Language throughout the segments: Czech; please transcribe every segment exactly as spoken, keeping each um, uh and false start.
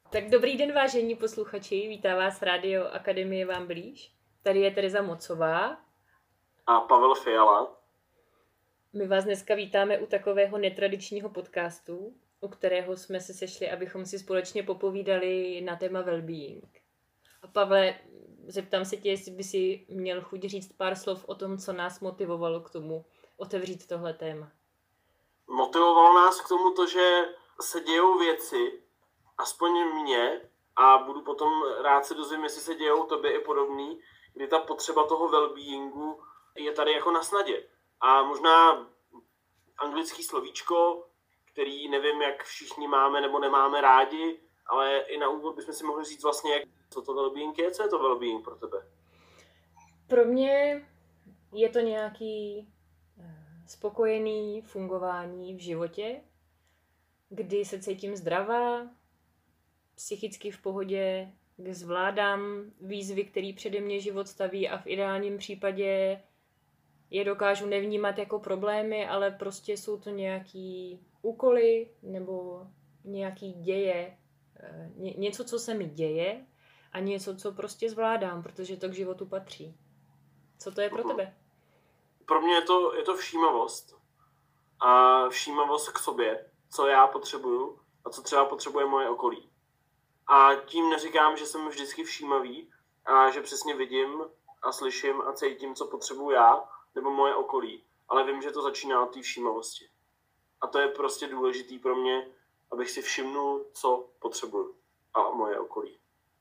Tak dobrý den, vážení posluchači, vítá vás Rádio Akademie vám blíž. Tady je Tereza Mocová. A Pavel Fiala. My vás dneska vítáme u takového netradičního podcastu, u kterého jsme se sešli, abychom si společně popovídali na téma well-being. A Pavle, zeptám se tě, jestli by si měl chuť říct pár slov o tom, co nás motivovalo k tomu otevřít tohle téma. Motivovalo nás k tomu to, že se dějou věci, aspoň mě, a budu potom rád se dozvím, jestli se dějou tobě i podobný, kdy ta potřeba toho well-beingu je tady jako na snadě. A možná anglický slovíčko, který nevím, jak všichni máme nebo nemáme rádi, ale i na úvod bychom si mohli říct vlastně, jak, co to well-being je, co je to well-being pro tebe? Pro mě je to nějaký spokojený fungování v životě, kdy se cítím zdravá, psychicky v pohodě, kdy zvládám výzvy, které přede mě život staví a v ideálním případě je dokážu nevnímat jako problémy, ale prostě jsou to nějaký úkoly nebo nějaký děje, ně, něco, co se mi děje a něco, co prostě zvládám, protože to k životu patří. Co to je pro tebe? Pro mě je to, je to všímavost. A všímavost k sobě, co já potřebuju a co třeba potřebuje moje okolí. A tím neříkám, že jsem vždycky všímavý a že přesně vidím a slyším a cítím, co potřebuju já nebo moje okolí. Ale vím, že to začíná od té všímavosti. A to je prostě důležitý pro mě, abych si všimnul, co potřebuju a moje okolí.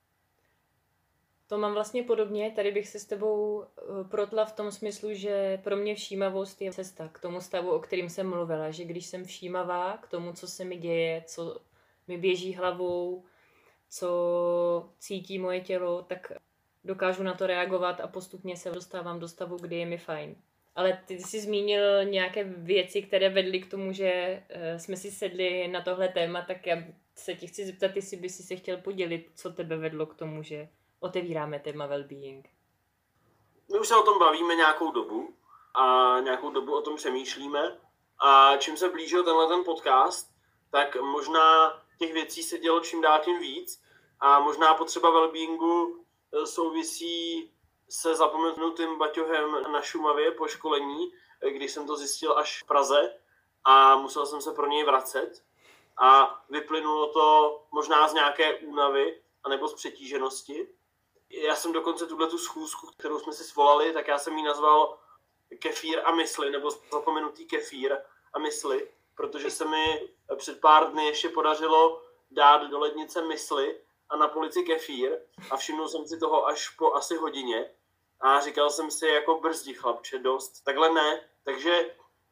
To mám vlastně podobně, tady bych se s tebou protla v tom smyslu, že pro mě všímavost je cesta k tomu stavu, o kterým jsem mluvila, že když jsem všímavá k tomu, co se mi děje, co mi běží hlavou, co cítí moje tělo, tak dokážu na to reagovat a postupně se dostávám do stavu, kdy je mi fajn. Ale ty jsi zmínil nějaké věci, které vedly k tomu, že jsme si sedli na tohle téma, tak já se ti chci zeptat, jestli by si se chtěl podělit, co tebe vedlo k tomu, že otevíráme téma well-being. My už se o tom bavíme nějakou dobu a nějakou dobu o tom přemýšlíme a čím se blížil tenhle ten podcast, tak možná těch věcí se dělo čím dál tím víc a možná potřeba well-beingu souvisí se zapomenutým baťohem na Šumavě po školení, když jsem to zjistil až v Praze a musel jsem se pro něj vracet a vyplynulo to možná z nějaké únavy anebo z přetíženosti. Já jsem dokonce tuhletu schůzku, kterou jsme si svolali, tak já jsem ji nazval Kefír a mysli, nebo zapomenutý kefír a mysli, protože se mi před pár dny ještě podařilo dát do lednice mysli a na polici kefír a všimnul jsem si toho až po asi hodině a říkal jsem si jako brzdi chlapče, dost. Takhle ne, takže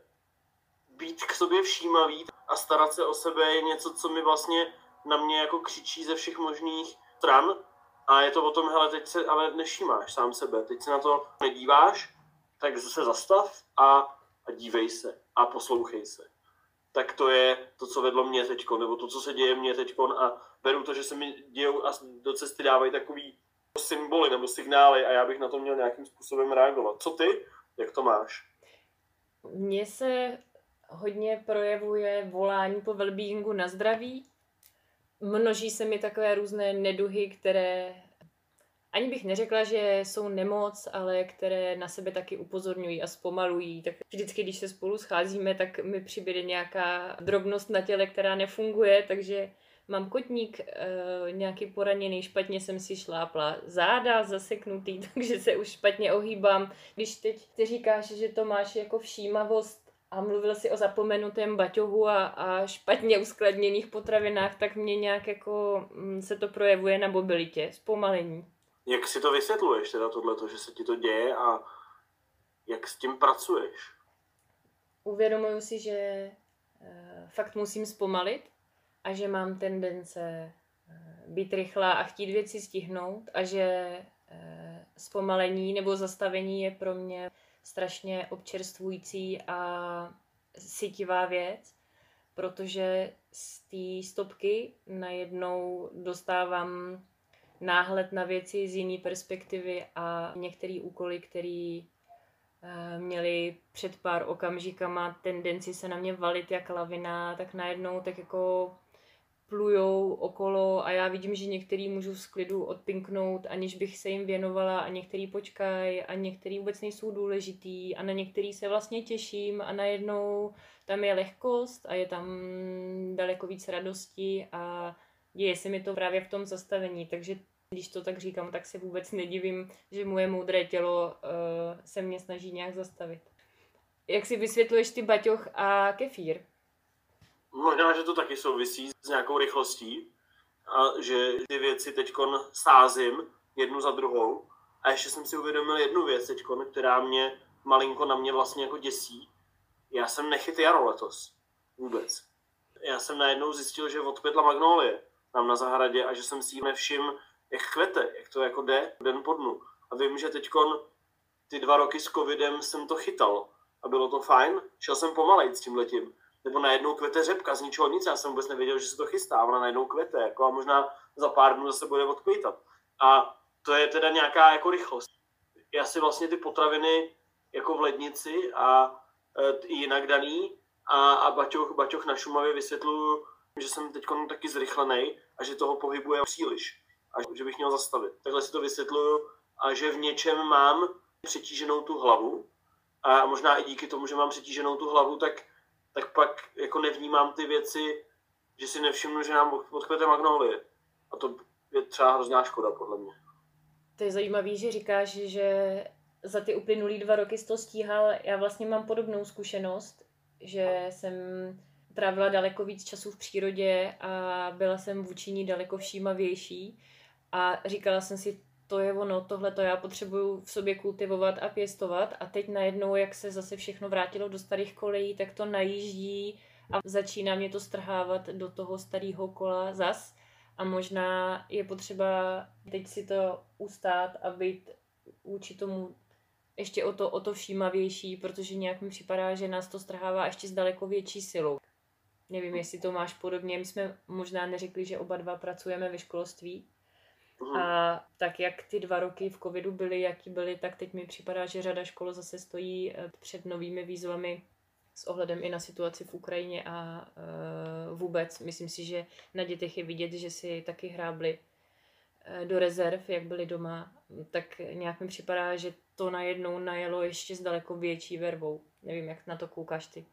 být k sobě všímavý a starat se o sebe je něco, co mi vlastně na mě jako křičí ze všech možných stran. A je to o tom, hele, teď se ale nevšímáš sám sebe, teď se na to nedíváš, tak se zastav a, a dívej se a poslouchej se. Tak to je to, co vedlo mě teďko, nebo to, co se děje mě teďko a beru to, že se mi dějou a do cesty dávají takový symboly nebo signály a já bych na to měl nějakým způsobem reagovat. Co ty? Jak to máš? Mně se hodně projevuje volání po well-beingu na zdraví. Množí se mi takové různé neduhy, které ani bych neřekla, že jsou nemoc, ale které na sebe taky upozorňují a zpomalují. Tak vždycky, když se spolu scházíme, tak mi přibude nějaká drobnost na těle, která nefunguje, takže mám kotník e, nějaký poraněný, špatně jsem si šlápla záda zaseknutý, takže se už špatně ohýbám. Když teď ty říkáš, že to máš jako všímavost, a mluvil si o zapomenutém baťohu a, a špatně uskladněných potravinách, tak mě nějak jako se to projevuje na mobilitě, zpomalení. Jak si to vysvětluješ, teda tohleto, že se ti to děje a jak s tím pracuješ? Uvědomuji si, že e, fakt musím zpomalit a že mám tendence e, být rychlá a chtít věci stihnout a že e, zpomalení nebo zastavení je pro mě strašně občerstvující a sytivá věc, protože z té stopky najednou dostávám náhled na věci z jiné perspektivy a některé úkoly, které měly před pár okamžikama tendenci se na mě valit jak lavina, tak najednou tak jako plujou okolo a já vidím, že některý můžu v klidu odpinknout, aniž bych se jim věnovala a některý počkají a některý vůbec nejsou důležitý a na některý se vlastně těším a najednou tam je lehkost a je tam daleko víc radosti a děje se mi to právě v tom zastavení, takže když to tak říkám, tak se vůbec nedivím, že moje moudré tělo uh, se mě snaží nějak zastavit. Jak si vysvětluješ ty baťoch a kefír? Možná, že to taky souvisí s nějakou rychlostí a že ty věci teďkon sázím jednu za druhou. A ještě jsem si uvědomil jednu věc teďkon, která mě malinko na mě vlastně jako děsí. Já jsem nechyt jaro letos. Vůbec. Já jsem najednou zjistil, že odkvětla magnolie tam na zahradě a že jsem si nevšiml, jak kvete, jak to jako jde den po dnu. A vím, že teďkon ty dva roky s covidem jsem to chytal a bylo to fajn. Šel jsem pomalejc s tímhletím. Nebo najednou kvete řepka z ničeho nic, já jsem vůbec nevěděl, že se to chystá, ona najednou kvete, jako a možná za pár dnů zase bude odkvítat. A to je teda nějaká jako rychlost. Já si vlastně ty potraviny jako v lednici a e, jinak daný a, a baťoch, baťoch na Šumavě vysvětluju, že jsem teď taky zrychlenej a že toho pohybuje příliš a že bych měl zastavit. Takhle si to vysvětluju a že v něčem mám přetíženou tu hlavu a možná i díky tomu, že mám přetíženou tu hlavu, tak tak pak jako nevnímám ty věci, že si nevšimnu, že nám odkvete magnolie. A to je třeba hrozná škoda, podle mě. To je zajímavý, že říkáš, že za ty uplynulý dva roky jsi to stíhal. Já vlastně mám podobnou zkušenost, že jsem trávila daleko víc času v přírodě a byla jsem vůči ní daleko všímavější. A říkala jsem si, to je ono, tohle to já potřebuju v sobě kultivovat a pěstovat a teď najednou, jak se zase všechno vrátilo do starých kolejí, tak to najíždí a začíná mě to strhávat do toho starého kola zas a možná je potřeba teď si to ustát a být vůči tomu ještě o to, o to všímavější, protože nějak mi připadá, že nás to strhává ještě s daleko větší silou. Nevím, jestli to máš podobně, my jsme možná neřekli, že oba dva pracujeme ve školství. A tak jak ty dva roky v covidu byly, jaký byly, tak teď mi připadá, že řada škol zase stojí před novými výzvami s ohledem i na situaci v Ukrajině a uh, vůbec. Myslím si, že na dětech je vidět, že si taky hrábli uh, do rezerv, jak byli doma. Tak nějak mi připadá, že to najednou najelo ještě s daleko větší vervou. Nevím, jak na to koukáš ty.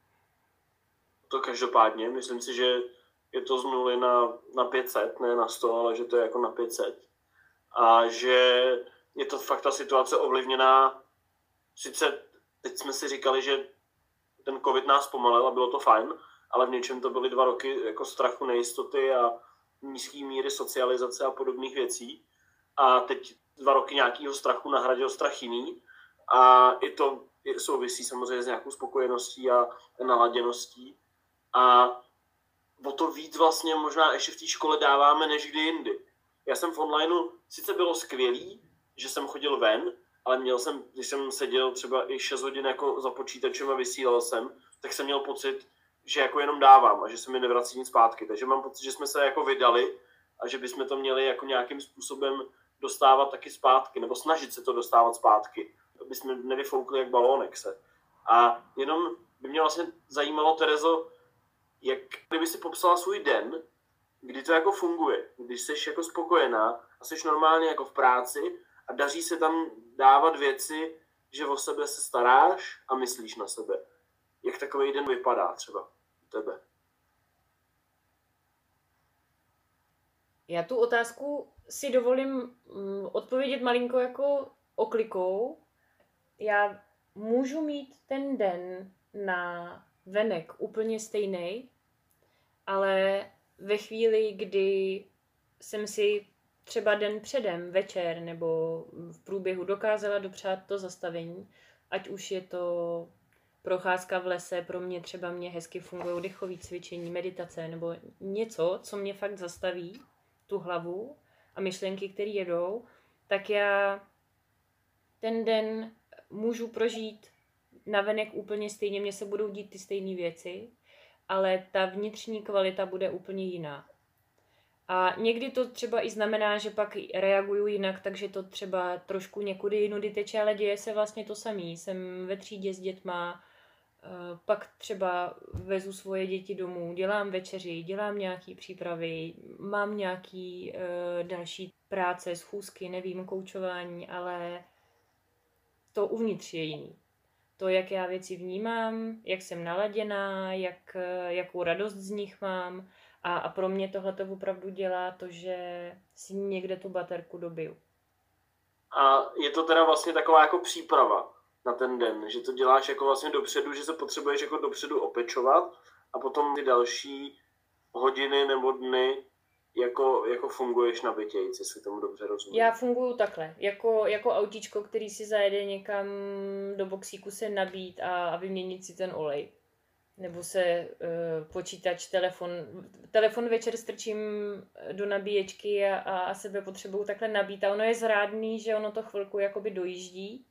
To každopádně. Myslím si, že je to z nuly na, na pět set, ne na sto, ale že to je jako na pět set. A že je to fakt ta situace ovlivněná, sice teď jsme si říkali, že ten covid nás pomalil a bylo to fajn, ale v něčem to byly dva roky jako strachu, nejistoty a nízký míry socializace a podobných věcí. A teď dva roky nějakého strachu nahradil strach jiný a i to souvisí samozřejmě s nějakou spokojeností a naladěností. A o to víc vlastně možná ještě v té škole dáváme než kdy jindy. Já jsem v onlineu, sice bylo skvělý, že jsem chodil ven, ale měl jsem, když jsem seděl třeba i šest hodin jako za počítačem a vysílal jsem, tak jsem měl pocit, že jako jenom dávám a že se mi nevrací nic zpátky. Takže mám pocit, že jsme se jako vydali a že bychom to měli jako nějakým způsobem dostávat taky zpátky, nebo snažit se to dostávat zpátky, aby jsme nevyfoukli jak balónek se. A jenom by mě vlastně zajímalo, Terezo, jak kdyby si popsala svůj den, kdy to jako funguje, když jsi jako spokojená a jsi normálně jako v práci a daří se tam dávat věci, že o sebe se staráš a myslíš na sebe. Jak takový den vypadá třeba u tebe? Já tu otázku si dovolím odpovědět malinko jako oklikou. Já můžu mít ten den na venek úplně stejný, ale ve chvíli, kdy jsem si třeba den předem, večer nebo v průběhu dokázala dopřát to zastavení, ať už je to procházka v lese, pro mě třeba mě hezky fungují dechové cvičení, meditace nebo něco, co mě fakt zastaví tu hlavu a myšlenky, které jedou, tak já ten den můžu prožít navenek úplně stejně, mně se budou dít ty stejné věci, ale ta vnitřní kvalita bude úplně jiná. A někdy to třeba i znamená, že pak reaguju jinak, takže to třeba trošku někudy jinudy teče, ale děje se vlastně to samé. Jsem ve třídě s dětma, Pak třeba vezu svoje děti domů, dělám večeři, dělám nějaký přípravy, mám nějaký uh, další práce, schůzky, nevím, koučování, ale to uvnitř je jiný. To, jak já věci vnímám, jak jsem naladěná, jak, jakou radost z nich mám. A, a pro mě tohle to opravdu dělá to, že si někde tu baterku dobiju. A je to teda vlastně taková jako příprava na ten den, že to děláš jako vlastně dopředu, že se potřebuješ jako dopředu opečovat a potom ty další hodiny nebo dny jako, jako funguješ na bytějci, jestli tomu dobře rozumím. Já funguju takhle, jako, jako autíčko, který si zajede někam do boxíku se nabít a, a vyměnit si ten olej. Nebo se uh, počítač, telefon. Telefon večer strčím do nabíječky a, a, a sebe potřebuju takhle nabít. A ono je zrádný, že ono to chvilku jakoby dojíždí.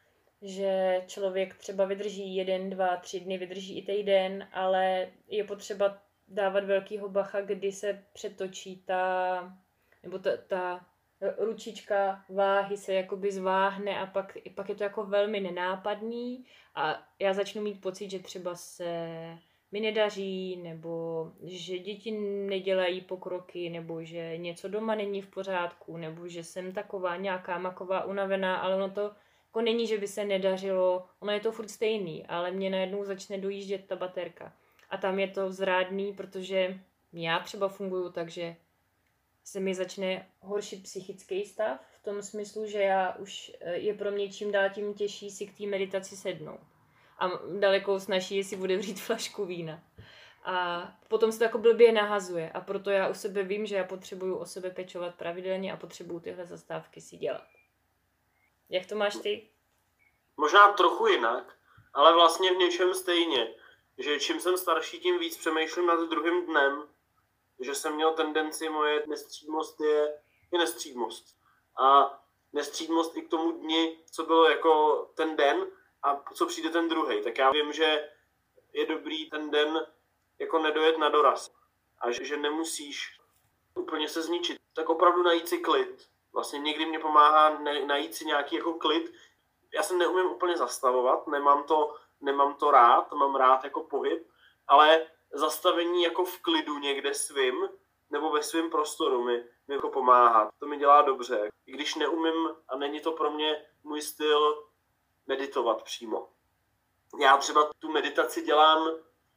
Že člověk třeba vydrží jeden, dva, tři dny, vydrží i týden, ale je potřeba dávat velkýho bacha, kdy se přetočí ta, nebo ta, ta ručička váhy se jakoby zváhne a pak, pak je to jako velmi nenápadný a já začnu mít pocit, že třeba se mi nedaří, nebo že děti nedělají pokroky, nebo že něco doma není v pořádku, nebo že jsem taková nějaká maková unavená, ale ono to jako není, že by se nedařilo, ono je to furt stejný, ale mě najednou začne dojíždět ta baterka. A tam je to zrádný, protože já třeba funguju tak, že se mi začne horšit psychický stav, v tom smyslu, že já už je pro mě čím dál tím těžší si k té meditaci sednout. A daleko snaží je si otevřít flašku vína. A potom se to jako blbě nahazuje. A proto já u sebe vím, že já potřebuju o sebe pečovat pravidelně a potřebuju tyhle zastávky si dělat. Jak to máš ty? Možná trochu jinak, ale vlastně v něčem stejně. Že čím jsem starší, tím víc přemýšlím nad druhým dnem. Že jsem měl tendenci, moje nestřídmost je, je nestřídmost. A nestřídmost i k tomu dni, co bylo jako ten den a co přijde ten druhý. Tak já vím, že je dobrý ten den jako nedojet na doraz. A že, že nemusíš úplně se zničit. Tak opravdu najít si klid. Vlastně někdy mě pomáhá ne, najít si nějaký jako klid. Já se neumím úplně zastavovat, nemám to, nemám to rád, mám rád jako pohyb, ale zastavení jako v klidu někde svým, nebo ve svém prostoru mi, mi jako pomáhá. To mi dělá dobře. I když neumím a není to pro mě můj styl meditovat přímo. Já třeba tu meditaci dělám,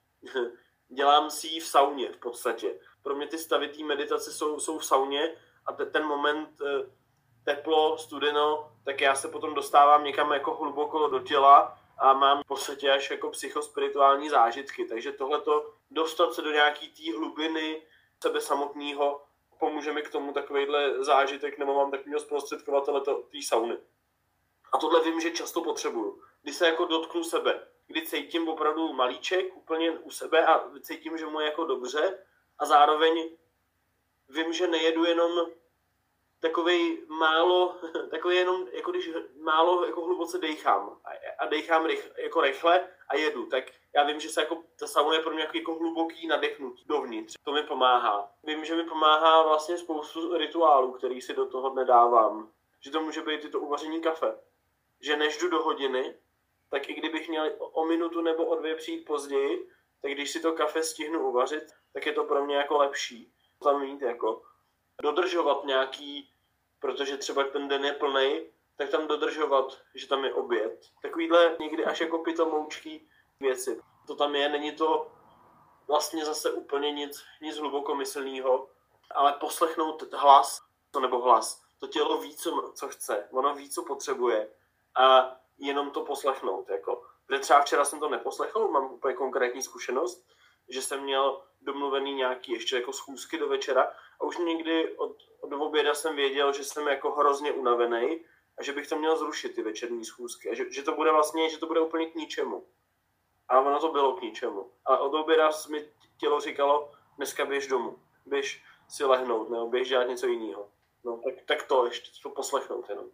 dělám si ji v sauně v podstatě. Pro mě ty stavy té meditace jsou, jsou v sauně a te, ten moment teplo, studeno, tak já se potom dostávám někam jako hluboko do těla a mám v podstatě až jako psychospirituální zážitky. Takže tohleto dostat se do nějaký té hlubiny sebe samotného pomůže mi k tomu takovejhle zážitek, nebo mám takovýho zprostředkovatele té sauny. A tohle vím, že často potřebuju. Kdy se jako dotknu sebe, kdy cítím opravdu malíček úplně u sebe a cítím, že mu je jako dobře a zároveň vím, že nejedu jenom takovej málo, takový jenom, jako když málo jako hluboce dejchám a, a dejchám rych, jako rychle a jedu, tak já vím, že se jako, ta sauna je pro mě jako, jako hluboký nadechnutí dovnitř. To mi pomáhá. Vím, že mi pomáhá vlastně spoustu rituálů, který si do toho nedávám. Že to může být i to uvaření kafe. Že než jdu do hodiny, tak i kdybych měl o minutu nebo o dvě přijít později, tak když si to kafe stihnu uvařit, tak je to pro mě jako lepší. Tam mít jako dodržovat nějaký, protože třeba ten den je plnej, tak tam dodržovat, že tam je oběd. Takovýhle někdy až jako pitomoučký věci. To tam je, není to vlastně zase úplně nic, nic hlubokomyslného, ale poslechnout hlas, to nebo hlas. To tělo ví, co, co chce, ono ví, co potřebuje a jenom to poslechnout. Jako. Protože třeba včera jsem to neposlechl, mám úplně konkrétní zkušenost, že jsem měl domluvený nějaký ještě jako schůzky do večera a už někdy od, od oběda jsem věděl, že jsem jako hrozně unavený a že bych to měl zrušit, ty večerní schůzky. A že, že to bude vlastně, že to bude úplně k ničemu. A ono to bylo k ničemu. Ale od oběda mi tělo říkalo, dneska běž domů, běž si lehnout, nebo běž dělat něco jiného. No, tak, tak to ještě, to poslechnout jenom.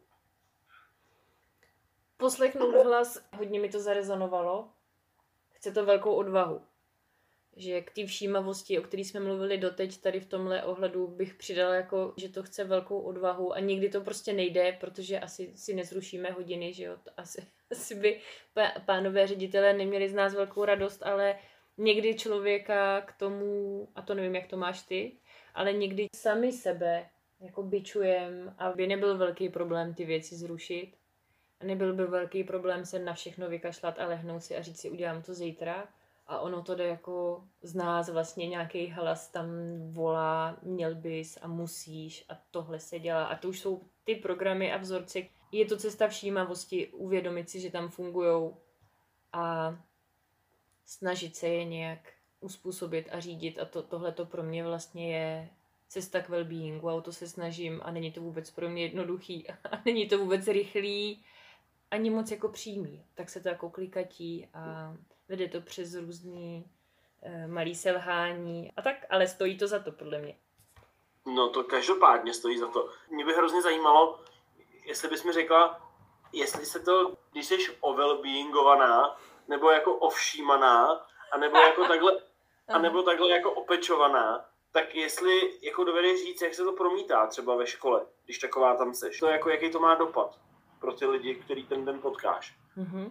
Poslechnout hlas, hodně mi to zarezonovalo. Chce to velkou odvahu. Že k té všímavosti, o které jsme mluvili doteď, tady v tomhle ohledu bych přidala jako, že to chce velkou odvahu a nikdy to prostě nejde, protože asi si nezrušíme hodiny, že jo, asi, asi by pánové ředitelé neměli z nás velkou radost, ale někdy člověka k tomu, a to nevím, jak to máš ty, ale někdy sami sebe jako bičujem, aby nebyl velký problém ty věci zrušit. A nebyl by velký problém se na všechno vykašlat a lehnout si a říct si, udělám to zítra. A ono to jde jako z nás vlastně nějaký hlas tam volá, měl bys a musíš a tohle se dělá. A to už jsou ty programy a vzorci. Je to cesta všímavosti, uvědomit si, že tam fungujou a snažit se je nějak uspůsobit a řídit. A to, tohle to pro mě vlastně je cesta k wellbeingu a o to se snažím a není to vůbec pro mě jednoduchý a není to vůbec rychlý ani moc jako přímý. Tak se to jako klikatí a vede to přes různý e, malý selhání a tak, ale stojí to za to podle mě. No to každopádně stojí za to. Mě by hrozně zajímalo, jestli bys mi řekla, jestli se to, když jsi ovellbeingovaná, nebo jako ovšímaná, anebo jako takhle, anebo takhle jako opečovaná, tak jestli jako dovedeš říct, jak se to promítá třeba ve škole, když taková tam seš. To jako, jaký to má dopad pro ty lidi, který ten den potkáš. Mm-hmm.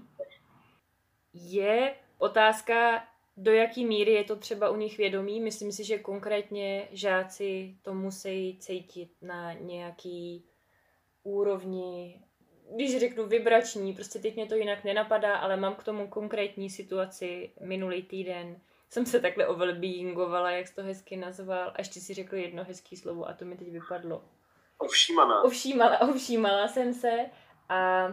Je otázka, do jaký míry je to třeba u nich vědomí. Myslím si, že konkrétně žáci to musí cítit na nějaký úrovni, když řeknu vibrační, prostě teď mě to jinak nenapadá, ale mám k tomu konkrétní situaci. Minulý týden jsem se takhle ovellbeingovala, jak jsi to hezky nazval, a ještě si řekl jedno hezký slovo a to mi teď vypadlo. Ovšímaná. Ovšímala, ovšímala jsem se a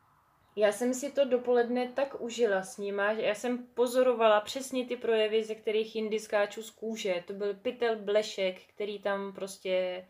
já jsem si to dopoledne tak užila s nima, že já jsem pozorovala přesně ty projevy, ze kterých jindy skáču z kůže. To byl pytel, blešek, který tam prostě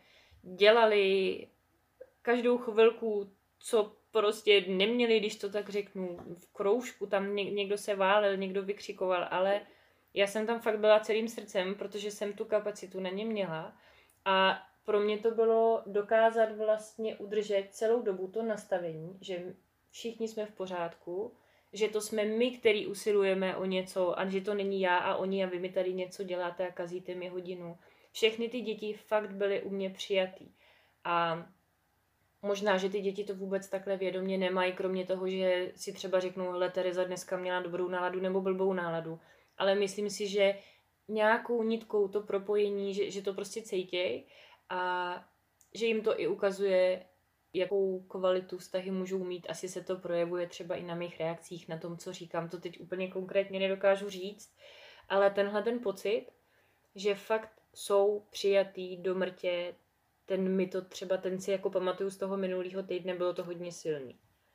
dělali každou chvilku, co prostě neměli, když to tak řeknu, v kroužku, tam někdo se válel, někdo vykřikoval, ale já jsem tam fakt byla celým srdcem, protože jsem tu kapacitu na ně měla a pro mě to bylo dokázat vlastně udržet celou dobu to nastavení, že všichni jsme v pořádku, že to jsme my, který usilujeme o něco a že to není já a oni a vy mi tady něco děláte a kazíte mi hodinu. Všechny ty děti fakt byly u mě přijatý. A možná, že ty děti to vůbec takhle vědomě nemají, kromě toho, že si třeba řeknou, hele, Tereza dneska měla dobrou náladu nebo blbou náladu. Ale myslím si, že nějakou nitkou to propojení, že, že to prostě cítěj a že jim to i ukazuje, jakou kvalitu vztahy můžou mít. Asi se to projevuje třeba i na mých reakcích, na tom, co říkám. To teď úplně konkrétně nedokážu říct, ale tenhle ten pocit, že fakt jsou přijatý do mrtě, ten mi to třeba, ten si jako pamatuju z toho minulého týdne, bylo to hodně silný.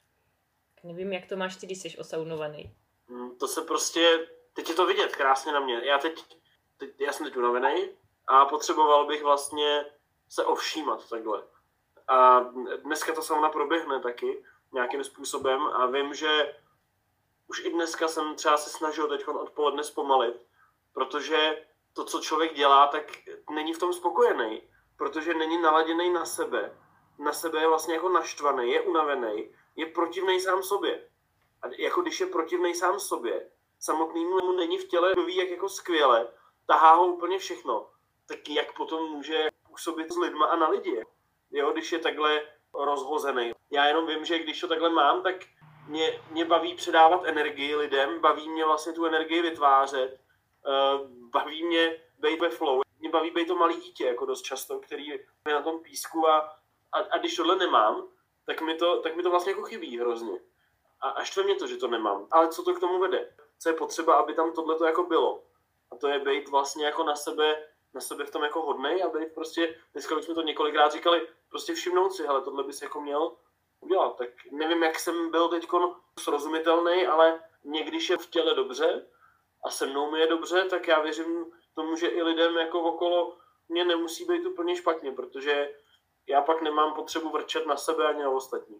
Nevím, jak to máš ty, když jsi osaunovaný. To se prostě, teď je to vidět krásně na mě. Já teď, teď já jsem teď unavený a potřeboval bych vlastně se ovšímat takhle. A dneska ta sauna proběhne taky nějakým způsobem a vím, že už i dneska jsem třeba se snažil teď odpoledne zpomalit, protože to, co člověk dělá, tak není v tom spokojený, protože není naladěný na sebe. Na sebe je vlastně jako naštvaný, je unavený, je protivnej sám sobě. A jako když je protivnej sám sobě, samotnému není v těle, ví, jak jako skvěle, tahá ho úplně všechno, tak jak potom může působit s lidma a na lidi. Jo, když je takhle rozhozený. Já jenom vím, že když to takhle mám, tak mě, mě baví předávat energii lidem, baví mě vlastně tu energii vytvářet, uh, baví mě být ve flow. Mě baví být to malý dítě, jako dost často, který je na tom písku a, a, a když tohle nemám, tak mi to, tak mi to vlastně jako chybí hrozně. A až štve mě to, že to nemám. Ale co to k tomu vede? Co je potřeba, aby tam tohleto jako bylo? A to je být vlastně jako na sebe, na sebe v tom jako hodnej a být prostě, dneska už jsme to několikrát říkali, prostě všimnout si, hele, tohle bys jako měl udělat. Tak nevím, jak jsem byl teďkon srozumitelný, ale někdy je v těle dobře a se mnou mi je dobře, tak já věřím tomu, že i lidem jako okolo mě nemusí být úplně špatně, protože já pak nemám potřebu vrčet na sebe ani na ostatní.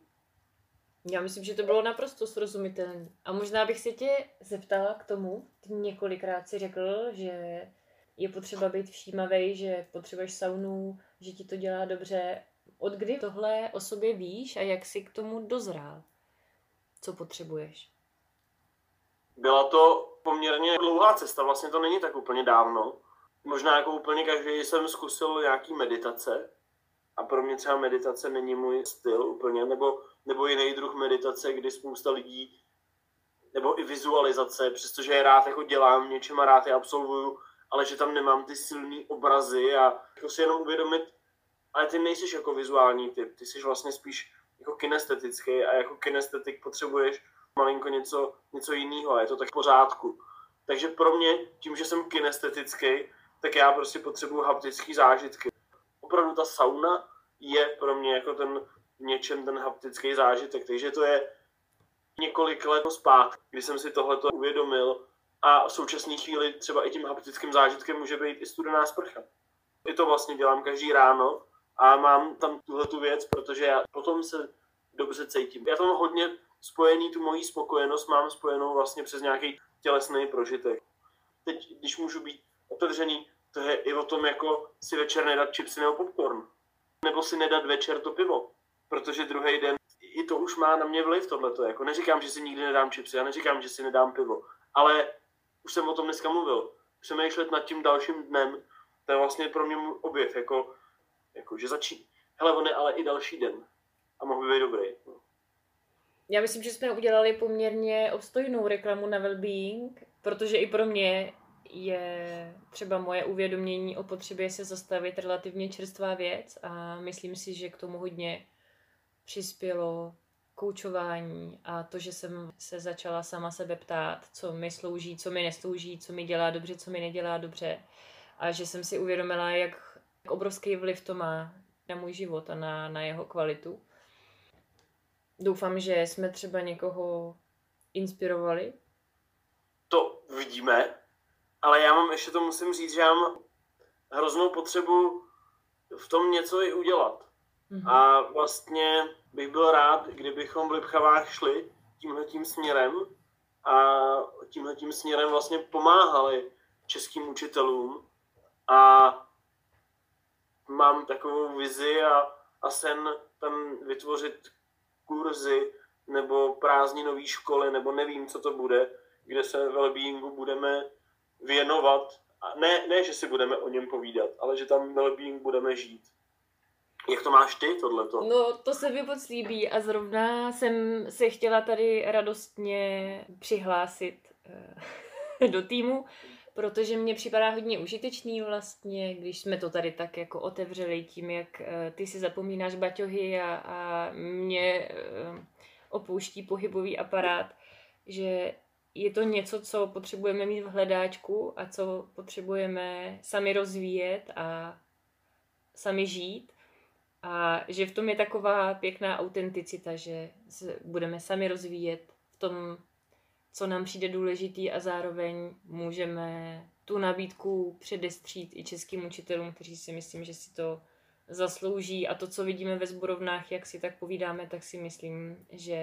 Já myslím, že to bylo naprosto srozumitelné. A možná bych se tě zeptala k tomu, ty několikrát si řekl, že je potřeba být všímavej, že potřebuješ saunu, že ti to dělá dobře. Od kdy tohle o sobě víš a jak jsi k tomu dozrál? Co potřebuješ? Byla to poměrně dlouhá cesta, vlastně to není tak úplně dávno. Možná jako úplně každý jsem zkusil nějaký meditace a pro mě třeba meditace není můj styl úplně, nebo nebo jiný druh meditace, kdy spousta lidí, nebo i vizualizace, přestože je rád jako dělám něčem a rád je absolvuju, ale že tam nemám ty silný obrazy a jako si jenom uvědomit, ale ty nejsiš jako vizuální typ, ty jsi vlastně spíš jako kinestetický a jako kinestetik potřebuješ malinko něco, něco jiného a je to tak v pořádku. Takže pro mě, tím, že jsem kinestetický, tak já prostě potřebuju haptický zážitky. Opravdu ta sauna je pro mě jako ten v něčem ten haptický zážitek, takže to je několik let zpátky, kdy jsem si tohleto uvědomil a v současné chvíli třeba i tím haptickým zážitkem může být i studená sprcha. I to vlastně dělám každý ráno a mám tam tuhletu věc, protože já potom se dobře cítím. Já tam hodně spojený tu moji spokojenost mám spojenou vlastně přes nějaký tělesný prožitek. Teď, když můžu být otevřený, to je i o tom, jako si večer nedat chipsy nebo popcorn. Nebo si nedat večer to pivo. Protože druhý den i to už má na mě vliv tohleto. Jako neříkám, že si nikdy nedám chipsy, já neříkám, že si nedám pivo. Ale už jsem o tom dneska mluvil. Přemýšlet nad tím dalším dnem, to je vlastně pro mě můj objev. Jako, jako že začít. Hele, on je ale i další den. A mohl by být dobrý. No. Já myslím, že jsme udělali poměrně obstojnou reklamu na Wellbeing, protože i pro mě je třeba moje uvědomění o potřebě se zastavit relativně čerstvá věc a myslím si, že k tomu hodně přispělo koučování a to, že jsem se začala sama sebe ptát, co mi slouží, co mi neslouží, co mi dělá dobře, co mi nedělá dobře a že jsem si uvědomila, jak obrovský vliv to má na můj život a na, na jeho kvalitu. Doufám, že jsme třeba někoho inspirovali. To vidíme, ale já mám, ještě to musím říct, že já mám hroznou potřebu v tom něco i udělat. Mm-hmm. A vlastně bych byl rád, kdybychom v Lipchavách šli tímhletím směrem a tímhletím směrem vlastně pomáhali českým učitelům a mám takovou vizi a, a sen tam vytvořit kurzy nebo prázdninové školy, nebo nevím, co to bude, kde se wellbeingu budeme věnovat. A ne, ne, že si budeme o něm povídat, ale že tam wellbeing budeme žít. Jak to máš ty, tohleto? No, to se mi moc líbí a zrovna jsem se chtěla tady radostně přihlásit do týmu, protože mně připadá hodně užitečný vlastně, když jsme to tady tak jako otevřeli tím, jak ty si zapomínáš baťohy a, a mě opouští pohybový aparát, že je to něco, co potřebujeme mít v hledáčku a co potřebujeme sami rozvíjet a sami žít. A že v tom je taková pěkná autenticita, že budeme sami rozvíjet v tom, co nám přijde důležitý a zároveň můžeme tu nabídku předestřít i českým učitelům, kteří si myslím, že si to zaslouží a to, co vidíme ve sborovnách, jak si tak povídáme, tak si myslím, že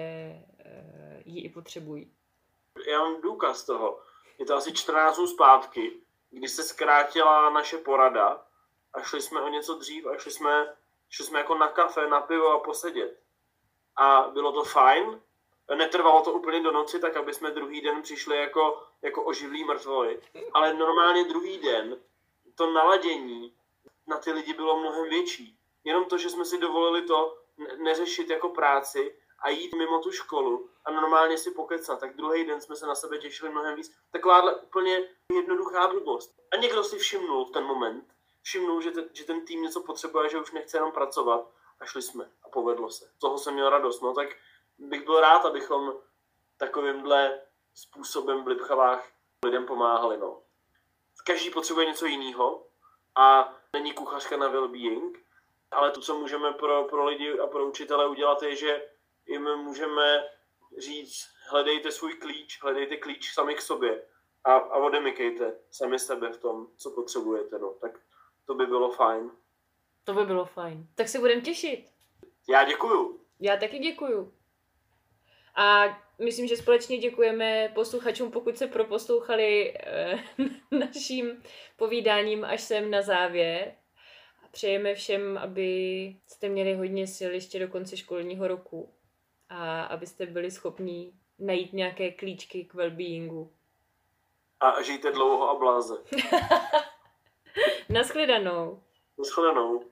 ji i potřebují. Já mám důkaz toho. Je to asi čtrnáct dnů zpátky, kdy se zkrátila naše porada a šli jsme o něco dřív a šli jsme, šli jsme jako na kafe, na pivo a posedět. A bylo to fajn. Netrvalo to úplně do noci, tak aby jsme druhý den přišli jako, jako oživlí mrtvoly. Ale normálně druhý den to naladění na ty lidi bylo mnohem větší. Jenom to, že jsme si dovolili to neřešit jako práci a jít mimo tu školu a normálně si pokecat, tak druhý den jsme se na sebe těšili mnohem víc. Takováhle úplně jednoduchá blbost. A někdo si všimnul v ten moment, všimnul, že ten, že ten tým něco potřebuje, že už nechce jenom pracovat a šli jsme a povedlo se. Z toho jsem měl radost. No tak bych byl rád, abychom takovýmhle způsobem v Lipchavách lidem pomáhali. No. Každý potřebuje něco jiného a není kuchařka na wellbeing, ale to, co můžeme pro, pro lidi a pro učitele udělat, je, že jim můžeme říct, hledejte svůj klíč, hledejte klíč sami k sobě a, a odemykejte sami sebe v tom, co potřebujete. No. Tak to by bylo fajn. To by bylo fajn. Tak se budeme těšit. Já děkuju. Já taky děkuju. A myslím, že společně děkujeme posluchačům, pokud se proposlouchali eh, naším povídáním až sem na závěr. A přejeme všem, aby jste měli hodně sil ještě do konce školního roku a abyste byli schopni najít nějaké klíčky k wellbeingu. A žijte dlouho a bláze. Naschledanou. Naschledanou.